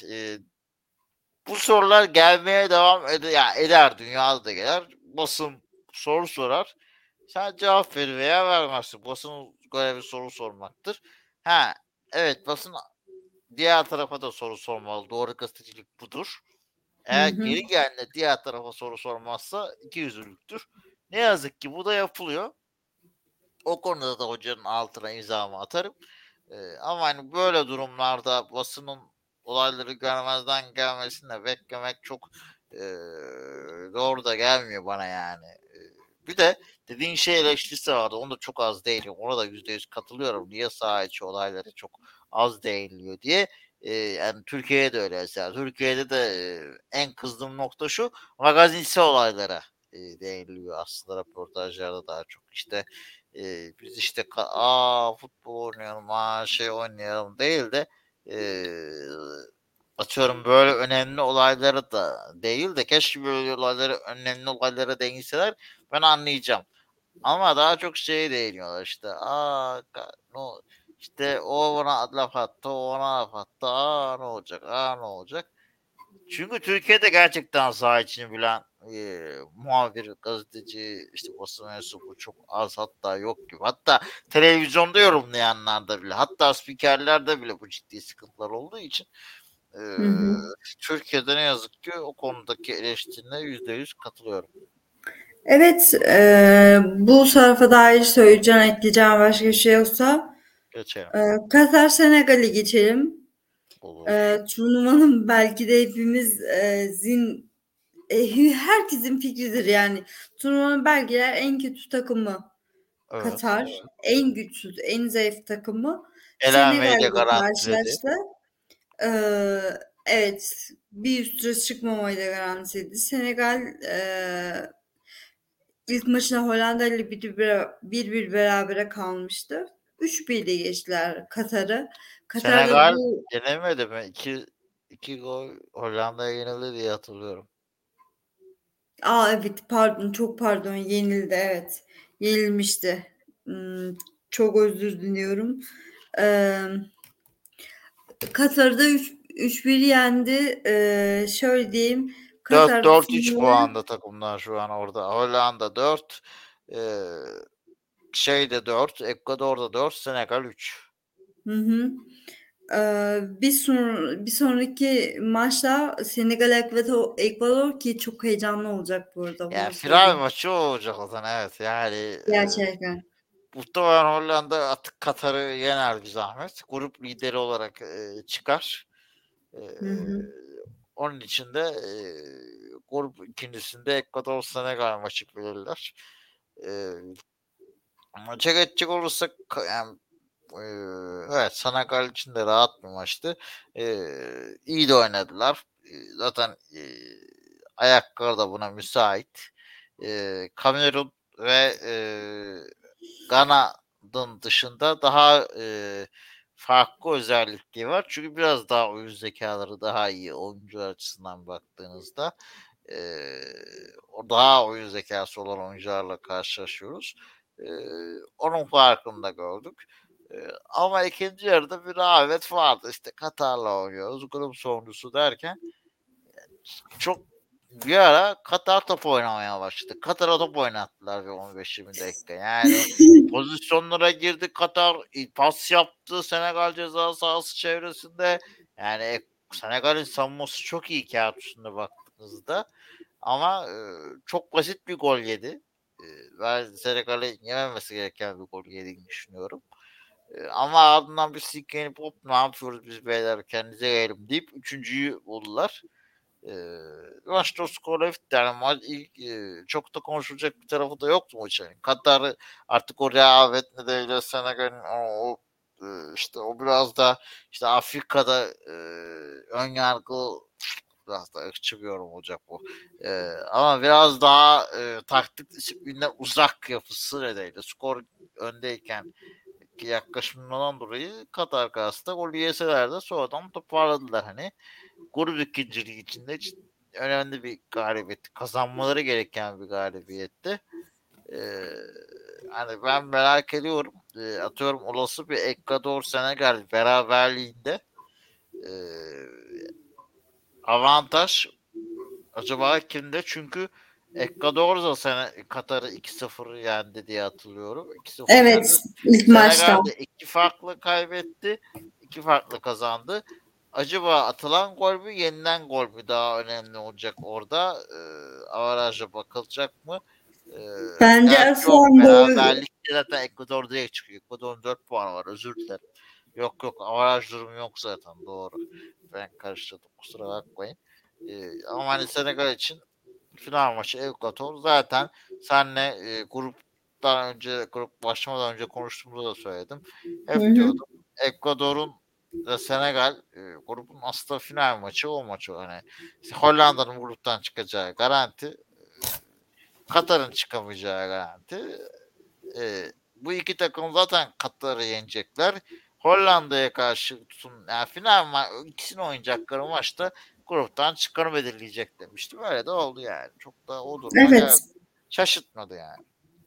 bu sorular gelmeye devam eder. Dünyada da gelir. Basın soru sorar. Sen cevap verir veya vermezsin. Basının görevi soru sormaktır. Ha, evet basın diğer tarafa da soru sormalı. Doğru gazetecilik budur. Hı Eğer hı. geri geldiğinde diğer tarafa soru sormazsa ikiyüzlülüktür. Ne yazık ki bu da yapılıyor. O konuda da hocanın altına imzamı atarım. Ama hani böyle durumlarda basının olayları görmezden gelmesini de beklemek çok e, doğru da gelmiyor bana yani. Bir de dediğin şey eleştirisi vardı. Onu da çok az değiniyor. Ona da %100 katılıyorum. Niye saha içi olayları çok az değiniliyor diye. Yani Türkiye'de de öyle mesela. Türkiye'de de en kızdığım nokta şu. Magazinsi olaylara değiniliyor aslında röportajlarda daha çok. İşte biz işte futbol oynayalım, şey oynayalım değil de atıyorum böyle önemli olaylara da değil de keşke böyle olaylara önemli olaylara değinseler ben anlayacağım. Ama daha çok şeye değiniyorlar işte. No, işte o bana laf attı, o ona laf attı. Ne olacak? Ne olacak? Çünkü Türkiye'de gerçekten saha içini bilen muhabir, gazeteci, işte basın mensubu çok az hatta yok gibi. Hatta televizyonda yorumlayanlarda bile, hatta spikerlerde bile bu ciddi sıkıntılar olduğu için e, Hı hı. Türkiye'de ne yazık ki o konudaki eleştirine %100 katılıyorum. Evet, bu tarafa dair söyleyeceğim, ekleyeceğim başka bir şey yoksa Geçelim. Katar Senegal'i geçelim. Olur. Turnuvanın belki de herkesin fikridir yani. Turnuvanın belki de en kötü takımı Evet. Katar, en güçsüz, en zayıf takımı Elenmeyi de Senegal'le garantiledi. karşılaştı. Eee, evet, bir üst tura çıkmamayı da garantiledi. Senegal ilk maçına Hollanda ile 1-1 berabere kalmıştı. 3-1 ile geçtiler Katar'ı. Katar'da Senegal bu yenemedi mi? İki gol Hollanda'ya yenildi diye hatırlıyorum. evet, pardon, çok pardon, yenildi, evet. Yenilmişti. Çok özür diliyorum. Emm, Katar'da 3-1 yendi. Şöyle diyeyim, Dört Katar dört 3 finale puanda takımlar şu an orada. Hollanda 4, şeyde 4, Ekvador'da 4, Senegal 3. Hı hı. Bir sonraki maçta Senegal Ekvador ki çok heyecanlı olacak bu arada Yani bunu final söyleyeyim. maçı o olacak o zaman evet. Yani Gerçekten. muhtemelen Hollanda artık Katar'ı yener bir zahmet. Grup lideri olarak çıkar. E, Hı hı. Onun için de grup ikincisinde Ekvador Senegal maçı belirler. E, Maça geçecek olursak yani evet Senegal için de rahat bir maçtı. İyi de oynadılar. Zaten ayakları da buna müsait. Kamerun ve Gana'nın dışında daha farklı özellikleri var. Çünkü biraz daha oyun zekaları daha iyi oyuncular açısından baktığınızda. Eee, O daha oyun zekası olan oyuncularla karşılaşıyoruz. Onun farkında gördük. Ama ikinci yarıda bir rağbet vardı. İşte Katar'la oynuyoruz. Grup sonuncusu derken çok bir ara Katar top oynamaya başladı. Katar'a top oynattılar bir 15-20 dakika. Yani pozisyonlara girdi Katar, pas yaptı Senegal ceza sahası çevresinde. Yani Senegal'in savunması çok iyi kağıt üstünde baktığınızda. Ama çok basit bir gol yedi. Ben Senegal'e yememesi gereken bir gol yediğini düşünüyorum. Ama ardından bir silkelenip hop ne yapıyoruz biz beyler kendinize gelelim deyip üçüncüyü buldular. Maçta skor bitti. Yani maç ilk çok da konuşulacak bir tarafı da yoktu maçın. Katar'ı artık o rehavet nedeniyle Senegal'in işte o biraz da işte Afrika'da ön yargı biraz da ırkçı bir yorum olacak bu. Ama biraz daha taktik disiplinden uzak yapısı nedeniyle skor öndeyken ki yaklaşımından dolayı Katar karşısında golü yeseler de sonradan toparladılar hani. Grup ikinciliği içinde önemli bir galibiyetti. Kazanmaları gereken bir galibiyetti. Ee, Hani ben merak ediyorum. Atıyorum olası bir Ekvador Senegal beraberliğinde e, avantaj acaba kimde? Çünkü Ekvador da Katar'ı 2-0 yendi diye hatırlıyorum. 2-0 yendi. Evet, ilk maçta. Senegal de 2 farklı kaybetti. 2 farklı kazandı. Acaba atılan gol mü, yenilen gol mü daha önemli olacak orada? Avaraj'a bakılacak mı? Bence Gerçi yok. atılan gol. Beraberlikte zaten Ekvador direkt çıkıyor. Ekvador'un 4 puanı var. Özür dilerim. Yok yok. Avaraj durumu yok zaten. Doğru. Ben karıştırdım. Kusura bakmayın. Ama hani Senegal için final maçı Ekvador zaten senle gruptan önce grup başlamadan önce konuştuğumuzda da söyledim. Hı Hep hı. diyordum Ekvador'un ve Senegal grubun aslında final maçı o maçı hani Hollanda'nın gruptan çıkacağı garanti, Katar'ın çıkamayacağı garanti. Bu iki takım zaten Katar'ı yenecekler. Hollanda'ya karşı tutun yani ikisini oynayacakları maçta gruptan çıkarı belirleyecek demiştim. Öyle de oldu yani. Çok da o duruma Evet. geldi. Şaşırtmadı yani.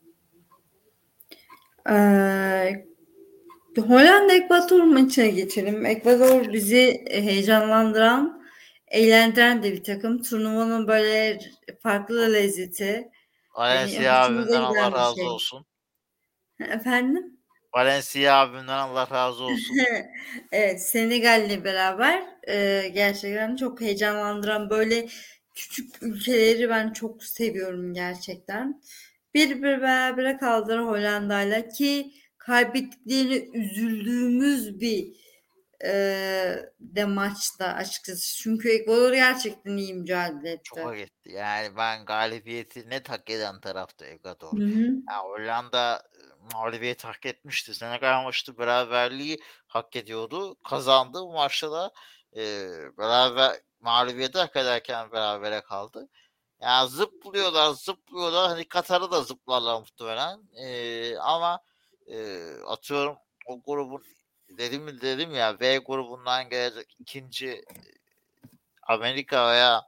Ee, Hollanda Ekvador maçına geçelim. Ekvador bizi heyecanlandıran, eğlendiren de bir takım. Turnuvanın böyle farklı lezzeti. Hani Valencia hoşumuza abimden Allah giden bir razı şey. olsun. Efendim? Valencia abimden Allah razı olsun. Evet, Senegal'le beraber gerçekten çok heyecanlandıran böyle küçük ülkeleri ben çok seviyorum gerçekten. Bir berabere kaldılar Hollanda'yla ki kaybettiklerine üzüldüğümüz bir de maçta açıkçası. Çünkü Ekvador gerçekten iyi mücadele Çok etti. hak etti. Yani ben galibiyeti net hak eden tarafta Ekvador. Hı hı. Ya Hollanda mağlubiyet hak etmişti. Senegal maçta beraberliği hak ediyordu. Kazandı. Bu maçta da e, beraber mağlubiyeti hak ederken berabere kaldı. Ya zıplıyorlar, zıplıyorlar. Hani Katar'ı da zıplarlar muhtemelen. Ama atıyorum o grubun dedim ya B grubundan gelecek ikinci Amerika veya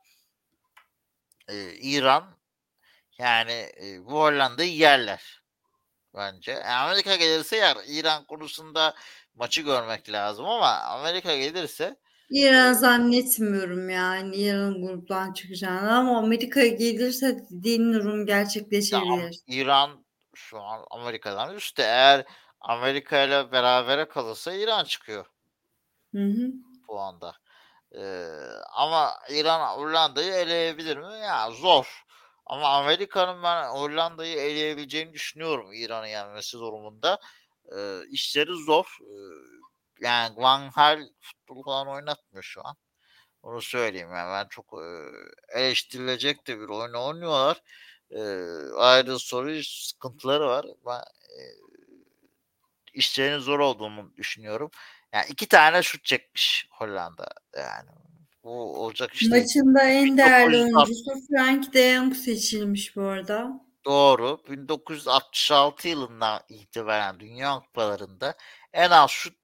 İran yani bu Hollanda'yı yerler bence. Amerika gelirse yer. İran konusunda maçı görmek lazım ama Amerika gelirse İran zannetmiyorum yani İran'ın gruptan çıkacağını ama Amerika gelirse dediğin durum gerçekleşebilir. İran şu an Amerika'dan üstte. Eğer Amerika ile berabere kalırsa İran çıkıyor Hı hı. puanda. Ama İran Hollanda'yı eleyebilir mi? Ya zor. Ama Amerika'nın ben Hollanda'yı eleyebileceğini düşünüyorum İran'ı yenmesi durumunda. İşleri zor. Yani Van Gaal futbol falan oynatmıyor şu an. Onu söyleyeyim yani ben çok eleştirilecek de bir oyun oynuyorlar. Ayrı soru sıkıntıları var. Ben işlerinin zor olduğunu düşünüyorum. Yani 2 tane şut çekmiş Hollanda yani. Bu olacak iş değil. Maçın da en değerli 1960 oyuncusu Frank de Jong seçilmiş bu arada. doğru. 1966 yılından itibaren Dünya Kupalarında en az şut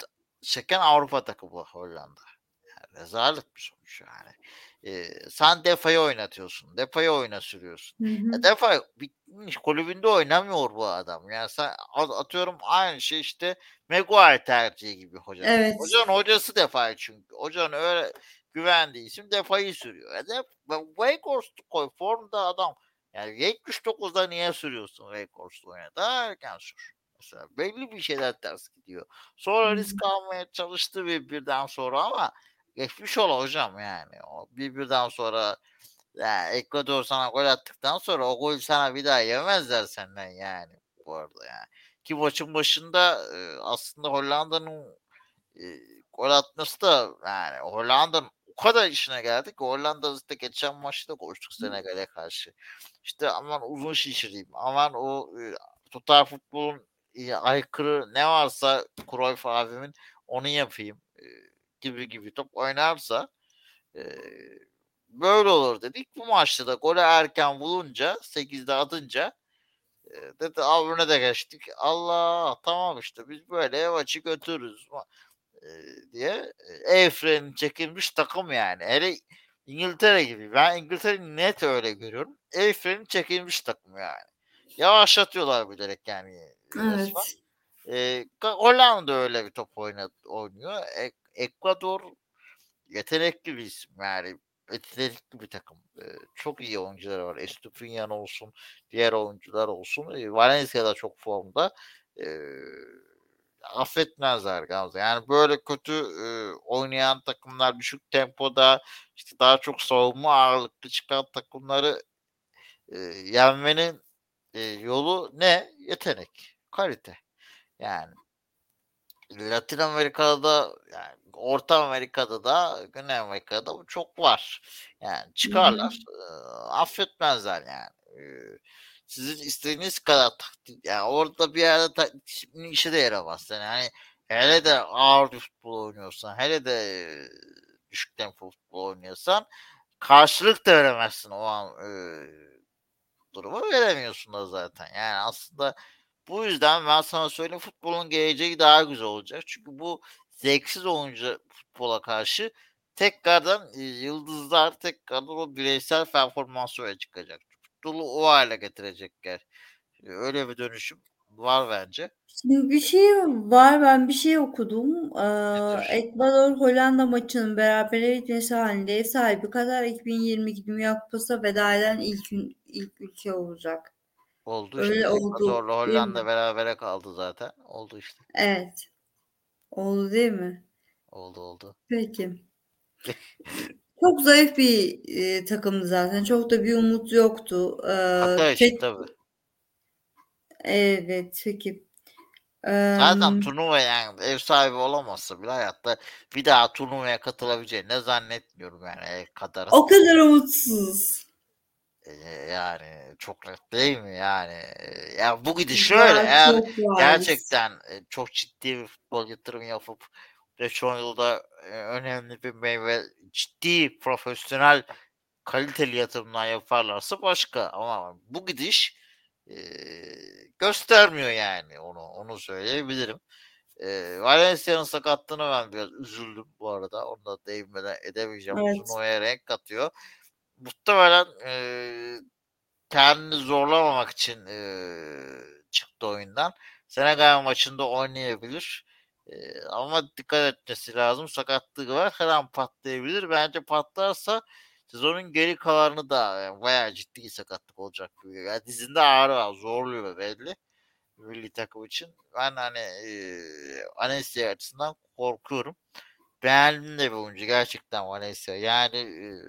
çeken Avrupa takımı Hollanda. Yani rezalet bir sonuç yani. Sen Defa'yı oynatıyorsun. Defa'yı oyuna sürüyorsun. Hı hı. Defa bitmiş kulübünde oynamıyor bu adam. Yani sen atıyorum aynı şey işte Maguire tercihi gibi hocanın. Evet. Hocanın hocası Defa'yı çünkü. Hocanın öyle güvendiği isim Defa'yı sürüyor. Weghorst'u koy formda adam. Yani 79'da niye sürüyorsun Weghorst'u oyuna? Daha erken sür. Mesela belli bir şeyler ters gidiyor. Hı Sonra hı. risk almaya çalıştı birden sonra ama geçmiş ol hocam yani. O birden sonra ya Ekvador sana gol attıktan sonra o gol sana bir daha yemezler senden yani bu arada yani. Ki maçın başında aslında Hollanda'nın gol atması da yani Hollanda'nın o kadar işine geldi ki Hollanda işte geçen maçta koştuk Senegal'e karşı. İşte aman uzun şişireyim. Aman o total futbolun aykırı ne varsa Cruyff abimin onu yapayım gibi gibi top oynarsa e, böyle olur dedik. Bu maçta da golü erken bulunca 8'de atınca dedi al öne de geçtik. Allah tamam işte biz böyle maçı götürürüz diye el freni çekilmiş takım yani. Hele İngiltere gibi. Ben İngiltere'yi net öyle görüyorum. El freni çekilmiş takım yani. Yavaşlatıyorlar bilerek yani resmen. Evet. Hollanda öyle bir top oynuyor. Ekvador yetenekli bir isim yani. Yetenekli bir takım. Çok iyi oyuncuları var. Estupiñán olsun, diğer oyuncular olsun. Valencia da çok formda. Ee, affetmezler Gamze. Yani böyle kötü oynayan takımlar düşük tempoda işte daha çok savunma ağırlıklı çıkan takımları yenmenin yolu ne? Yetenek, kalite. Yani Latin Amerika'da yani Orta Amerika'da da Güney Amerika'da bu çok var. Yani Hı hı. çıkarlar. Affetmezler yani. Sizin istediğiniz kadar taktik yani orada bir yerde taktik işe de yaramaz. Yani hele de ağır bir futbol oynuyorsan hele de düşük tempo futbol oynuyorsan karşılık da veremezsin o an durumu veremiyorsun da zaten. Yani aslında bu yüzden ben sana söyleyeyim futbolun geleceği daha güzel olacak. Çünkü bu zevksiz oyuncu futbola karşı tekrardan yıldızlar tekrardan o bireysel performansı öne çıkacak. Futbolu o hale getirecekler. Öyle bir dönüşüm var bence. Şimdi bir şey var, ben bir şey okudum. Nedir? Ekvador Hollanda maçının berabere bitmesi halinde ev sahibi Katar 2022 Dünya Kupası'na veda eden ilk ülke olacak. Oldu işte. Öyle oldu Ekvador'la değil Hollanda mi? berabere kaldı zaten. Oldu işte. Evet. Oldu değil mi? Oldu oldu. Peki. Çok zayıf bir takımdı zaten. Çok da bir umut yoktu. Katar için tabii. Evet, peki. Zaten Emm, turnuva yani ev sahibi olamazsa bile hayatta bir daha turnuvaya katılabileceğini zannetmiyorum yani Katar'ın. o kadar umutsuz. Yani çok net değil mi yani? Ya bu gidiş şöyle Var, eğer çok bariz. gerçekten çok ciddi bir futbol yatırım yapıp 5-10 yılda önemli bir meyve ciddi profesyonel kaliteli yatırımlar yaparlarsa başka ama bu gidiş e, göstermiyor yani onu söyleyebilirim. Valencia'nın sakatlığına ben biraz üzüldüm bu arada. Onu da değinmeden edemeyeceğim. Evet. Turnuvaya renk katıyor. Muhtemelen kendini zorlamamak için çıktı oyundan. Senegal maçında oynayabilir. Ama dikkat etmesi lazım. Sakatlığı var. Her an patlayabilir. Bence patlarsa sezonun geri kalanını da yani bayağı ciddi bir sakatlık olacak. Yani dizinde ağrı var. Zorluyor belli. Milli takım için. Ben hani Valencia açısından korkuyorum. Beğendim de bir oyuncu gerçekten Valencia. Yani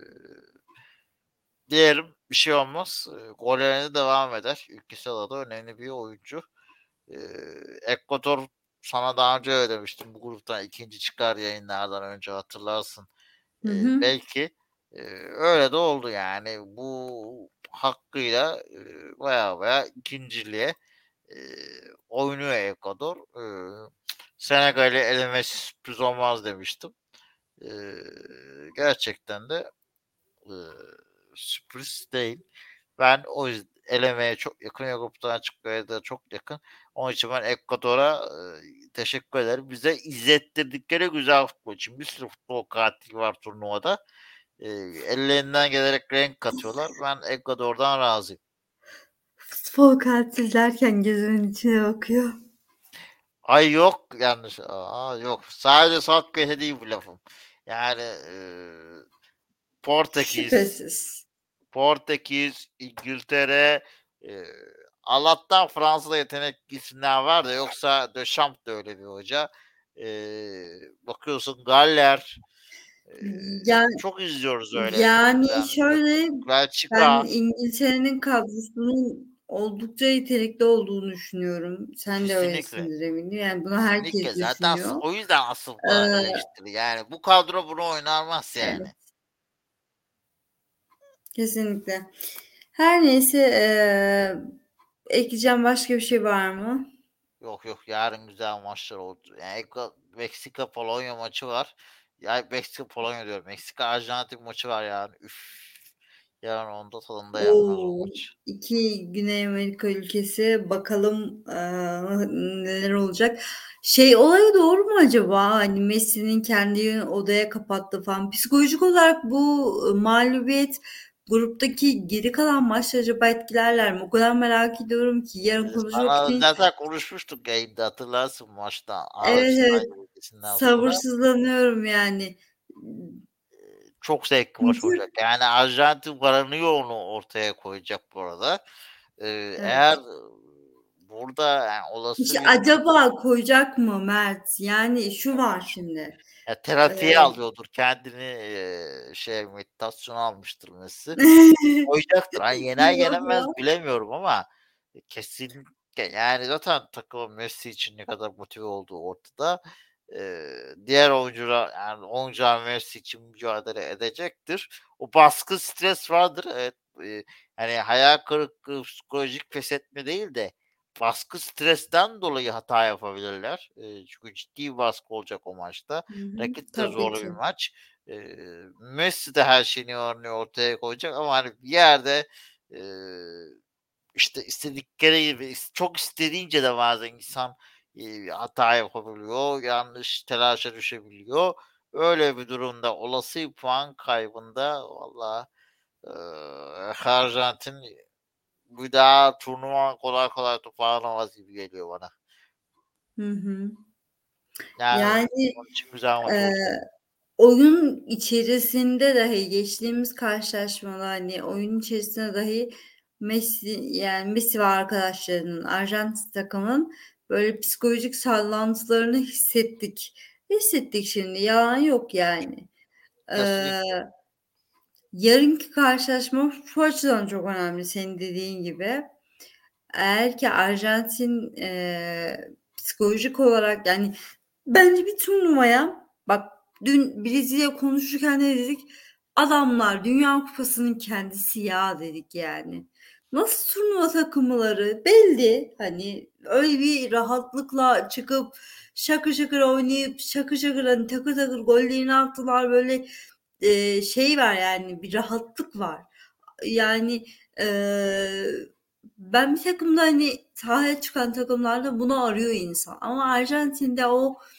diyelim bir şey olmaz. Gollerine devam eder. Ülkesel adada önemli bir oyuncu. Ee, Ekvador sana daha önce öyle demiştim. Bu gruptan ikinci çıkar yayınlardan önce hatırlarsın. Hı hı. Belki öyle de oldu yani. Bu hakkıyla baya baya ikinciliğe e, oynuyor Ekvador. Senegal'i elemesi sürpriz olmaz demiştim. E, gerçekten de e, sürpriz değil. Ben o yüzden elemeye çok yakın ya gruptan çıkmaya da çok yakın. Onun için ben Ekvador'a teşekkür ederim. Bize izlettirdikleri güzel futbol için. Bir sürü futbol katili var turnuvada. Ellerinden gelerek renk katıyorlar. Ben Ekvador'dan razıyım. Futbol katil derken gözümün içine bakıyor. Ay yok yanlış. Yok. Sadece Southgate'e değil bu lafım. Yani Portekiz, Şüphesiz. İngiltere, e, Allah'tan Fransa'da yetenek isimler var da yoksa Deschamps da öyle bir hoca. E, bakıyorsun Galler, e, yani Yani, çok izliyoruz öyle. yani Yani şöyle, ben Belçika İngiltere'nin kadrosunun oldukça yetenekli olduğunu düşünüyorum. Sen de kesinlikle. öylesindir eminim. Yani bunu Kesinlikle. herkes Zaten düşünüyor. o yüzden asıl bana Ee, eleştiri. Yani bu kadro bunu oynarmaz yani. evet, kesinlikle. Her neyse, ekleyeceğim başka bir şey var mı? Yok yok yarın güzel maçlar oldu. Yani Meksika Polonya maçı var. Ya Meksika Polonya diyorum. Meksika Arjantin maçı var yani. Üf. Yarın onda tadında yenmez o O! maç. 2 Güney Amerika ülkesi. Bakalım, neler olacak? Şey olayı doğru mu acaba? Hani Messi'nin kendini odaya kapattığı falan. Psikolojik olarak bu, mağlubiyet gruptaki geri kalan maçları acaba etkilerler mi? O kadar merak ediyorum ki yarın konuşmak Sana için. zaten konuşmuştuk yayında hatırlarsın maçta Evet, Arabistan evet. yenilgisinden sonra. Sabırsızlanıyorum yani. Çok zevkli maç Çünkü olacak. Yani Arjantin varanıyor onu ortaya koyacak bu arada. Eğer evet. burada yani olası İşte bir acaba koyacak mı Mert? Yani şu var şimdi. ya terapiye Eee alıyordur kendini meditasyona almıştır Messi. Koyacaktır. Hani yener Yok yenemez ya. bilemiyorum ama kesinlikle yani zaten takımın Messi için ne kadar motive olduğu ortada. Diğer oyuncular yani oyuncular Messi için mücadele edecektir. O baskı, stres vardır. Evet. Hani hayal kırıklığı, psikolojik pes etme değil de baskı, stresten dolayı hata yapabilirler. Çünkü ciddi bir baskı olacak o maçta. Hı hı. Rakip de Tabii zorlu bir ki. maç. Messi de her şeyini ortaya koyacak ama hani bir yerde eee, işte istedikleri gibi çok istediğince de bazen insan hata yapabiliyor, yanlış telaşa düşebiliyor. Öyle bir durumda olası bir puan kaybında valla Arjantin bir daha turnuva kolay kolay toparlanamaz gibi geliyor bana. Hı hı. Yani Yani, onun için güzel maç eee, olacak. oyun içerisinde dahi geçtiğimiz karşılaşmalar, hani, oyun içerisinde dahi Messi ve arkadaşlarının, Arjantin takımının böyle psikolojik sallantılarını hissettik. Hissettik şimdi, yalan yok yani. Kesinlikle. Eee Yarınki karşılaşma şu açıdan çok önemli senin dediğin gibi. Eğer ki Arjantin, psikolojik olarak yani bence bir turnuvaya bak dün Brezilya konuşurken ne dedik? "Adamlar Dünya Kupası'nın kendisi ya." dedik yani. Nasıl turnuva takımları belli. Hani öyle bir rahatlıkla çıkıp şakır şakır oynayıp şakır şakır hani takır takır gollerini attılar. Böyle, şey var yani bir rahatlık var. Yani, eee, ben bir takımda, hani, sahaya çıkan takımlarda bunu arıyor insan ama Arjantin'de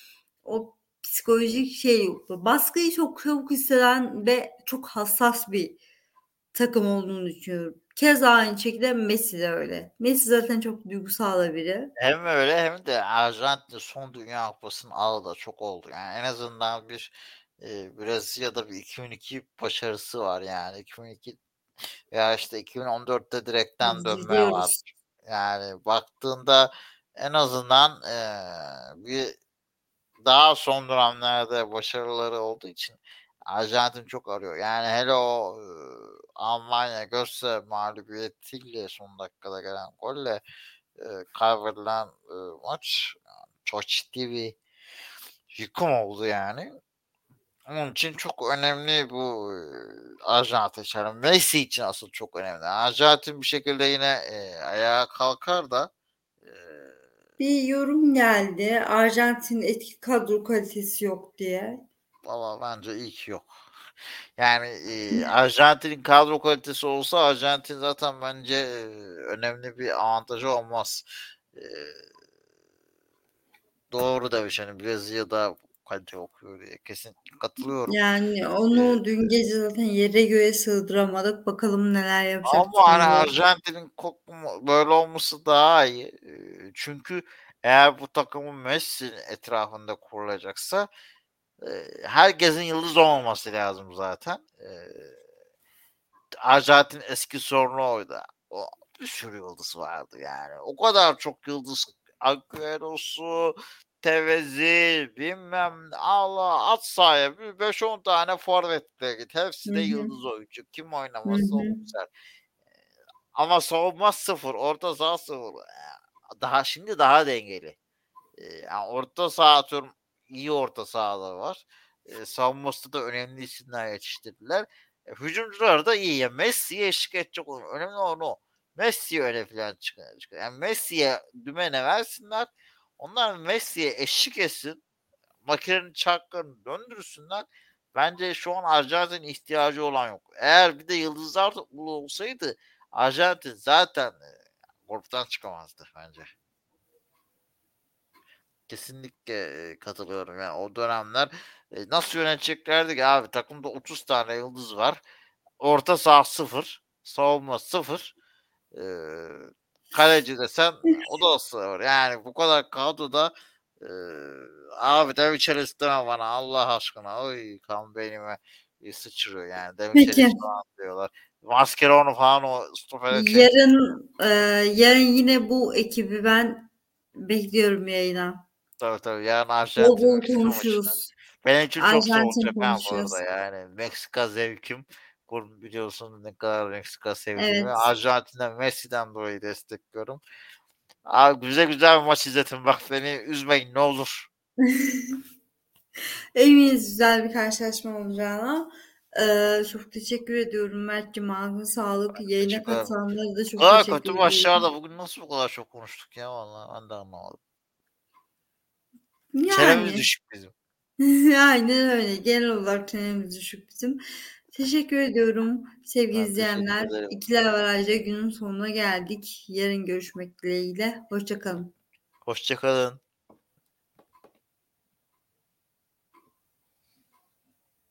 o psikolojik şey yoktu. Baskıyı çok çabuk hisseden ve çok hassas bir takım olduğunu düşünüyorum. Keza aynı şekilde Messi de öyle. Messi zaten çok duygusal da biri. Hem öyle hem de Arjantin son Dünya Kupası'nın ağı da çok oldu. Yani en azından bir Brezilya'da bir 2002 başarısı var yani. 2002 veya işte 2014'te direkten Biz dönme var. biliyoruz. Yani baktığında en azından bir daha son dönemlerde başarıları olduğu için Arjantin çok arıyor. Yani hele o Almanya Götze mağlubiyetiyle son dakikada gelen golle kaybedilen maç çok ciddi bir yıkım oldu yani. Onun için çok önemli bu Arjantin çağrı. Messi için asıl çok önemli. Arjantin bir şekilde yine ayağa kalkar da e, Bir yorum geldi. Arjantin'in etki kadro kalitesi yok diye. valla bence iyi ki yok. Yani Arjantin'in kadro kalitesi olsa Arjantin zaten bence önemli bir avantajı olmaz. Doğru demiş hani Brezilya'da kalite okuyor diye. Kesinlikle katılıyorum. Yani Ee, onu dün gece zaten yere göğe sığdıramadık. Bakalım neler yapacak Ama hani turnuva. Arjantin'in böyle olması daha iyi. Çünkü eğer bu takımın Messi'nin etrafında kurulacaksa herkesin yıldız olmaması lazım zaten. Arjantin eski sorunu oydu. O bir sürü yıldız vardı yani. O kadar çok yıldız, Agüero'su, Tevez'i, bilmem Allah at sahaya bir 5-10 tane forvetle git. Hı Hepsi de hı. yıldız oyuncu. Kim Hı oynamazsa o hı. güzel. Ama savunma sıfır, orta saha sıfır. Daha şimdi daha dengeli. Yani orta saha atıyorum iyi orta sahalar var. Savunması da önemli isimler yetiştirdiler. Hücumcular da iyi. Ya Messi'ye eşlik edecek olur. Önemli olan o. Messi öne falan çıkıyor. Yani Messi'ye dümene versinler. Onlar Messi'ye eşlik etsin. Makinenin çarklarını döndürsünler. Bence şu an Arjantin'in ihtiyacı olan yok. Eğer bir de yıldızlar olsaydı Arjantin zaten gruptan çıkamazdı bence. Kesinlikle katılıyorum. Yani o dönemler nasıl yöneteceklerdi ki abi takımda 30 tane yıldız var. Orta saha sıfır. Savunma sıfır. E, Kaleci desen o da sıfır. Yani bu kadar kadroda e, abi Devichelis istemem bana Allah aşkına. Oy kan beynime sıçrıyor yani. Peki. Devichelis falan diyorlar. Mascherano falan o stopere çek. Yarın yine bu ekibi ben bekliyorum yayına. Tabii yarın Bol Arjantin bol Meksika maçı. konuşuruz. Benim için çok zor Arjantin olacak ha bu konuşacağız. arada yani. Meksika zevkim. Biliyorsun ne kadar Meksika sevdiğimi. Evet. Arjantin'den Messi'den dolayı destekliyorum. Abi güzel güzel bir maç izletin. Bak beni üzmeyin ne olur. Eminiz güzel bir karşılaşma olacağına. Çok teşekkür ediyorum Mert'cim. Ağzına sağlık. Yayına Teşekkür ederim. katılanlara da Bu çok kadar teşekkür kötü ediyorum. maçlarda bugün nasıl bu kadar çok konuştuk ya vallahi ben de anlamadım. Çenemiz Yani düşük bizim. aynen öyle. Genel olarak çenemiz düşük bizim. Teşekkür ediyorum sevgili Ben teşekkür izleyenler. ederim. İkiler Baraj'da günün sonuna geldik. Yarın görüşmek dileğiyle. Hoşça kalın. Hoşça kalın.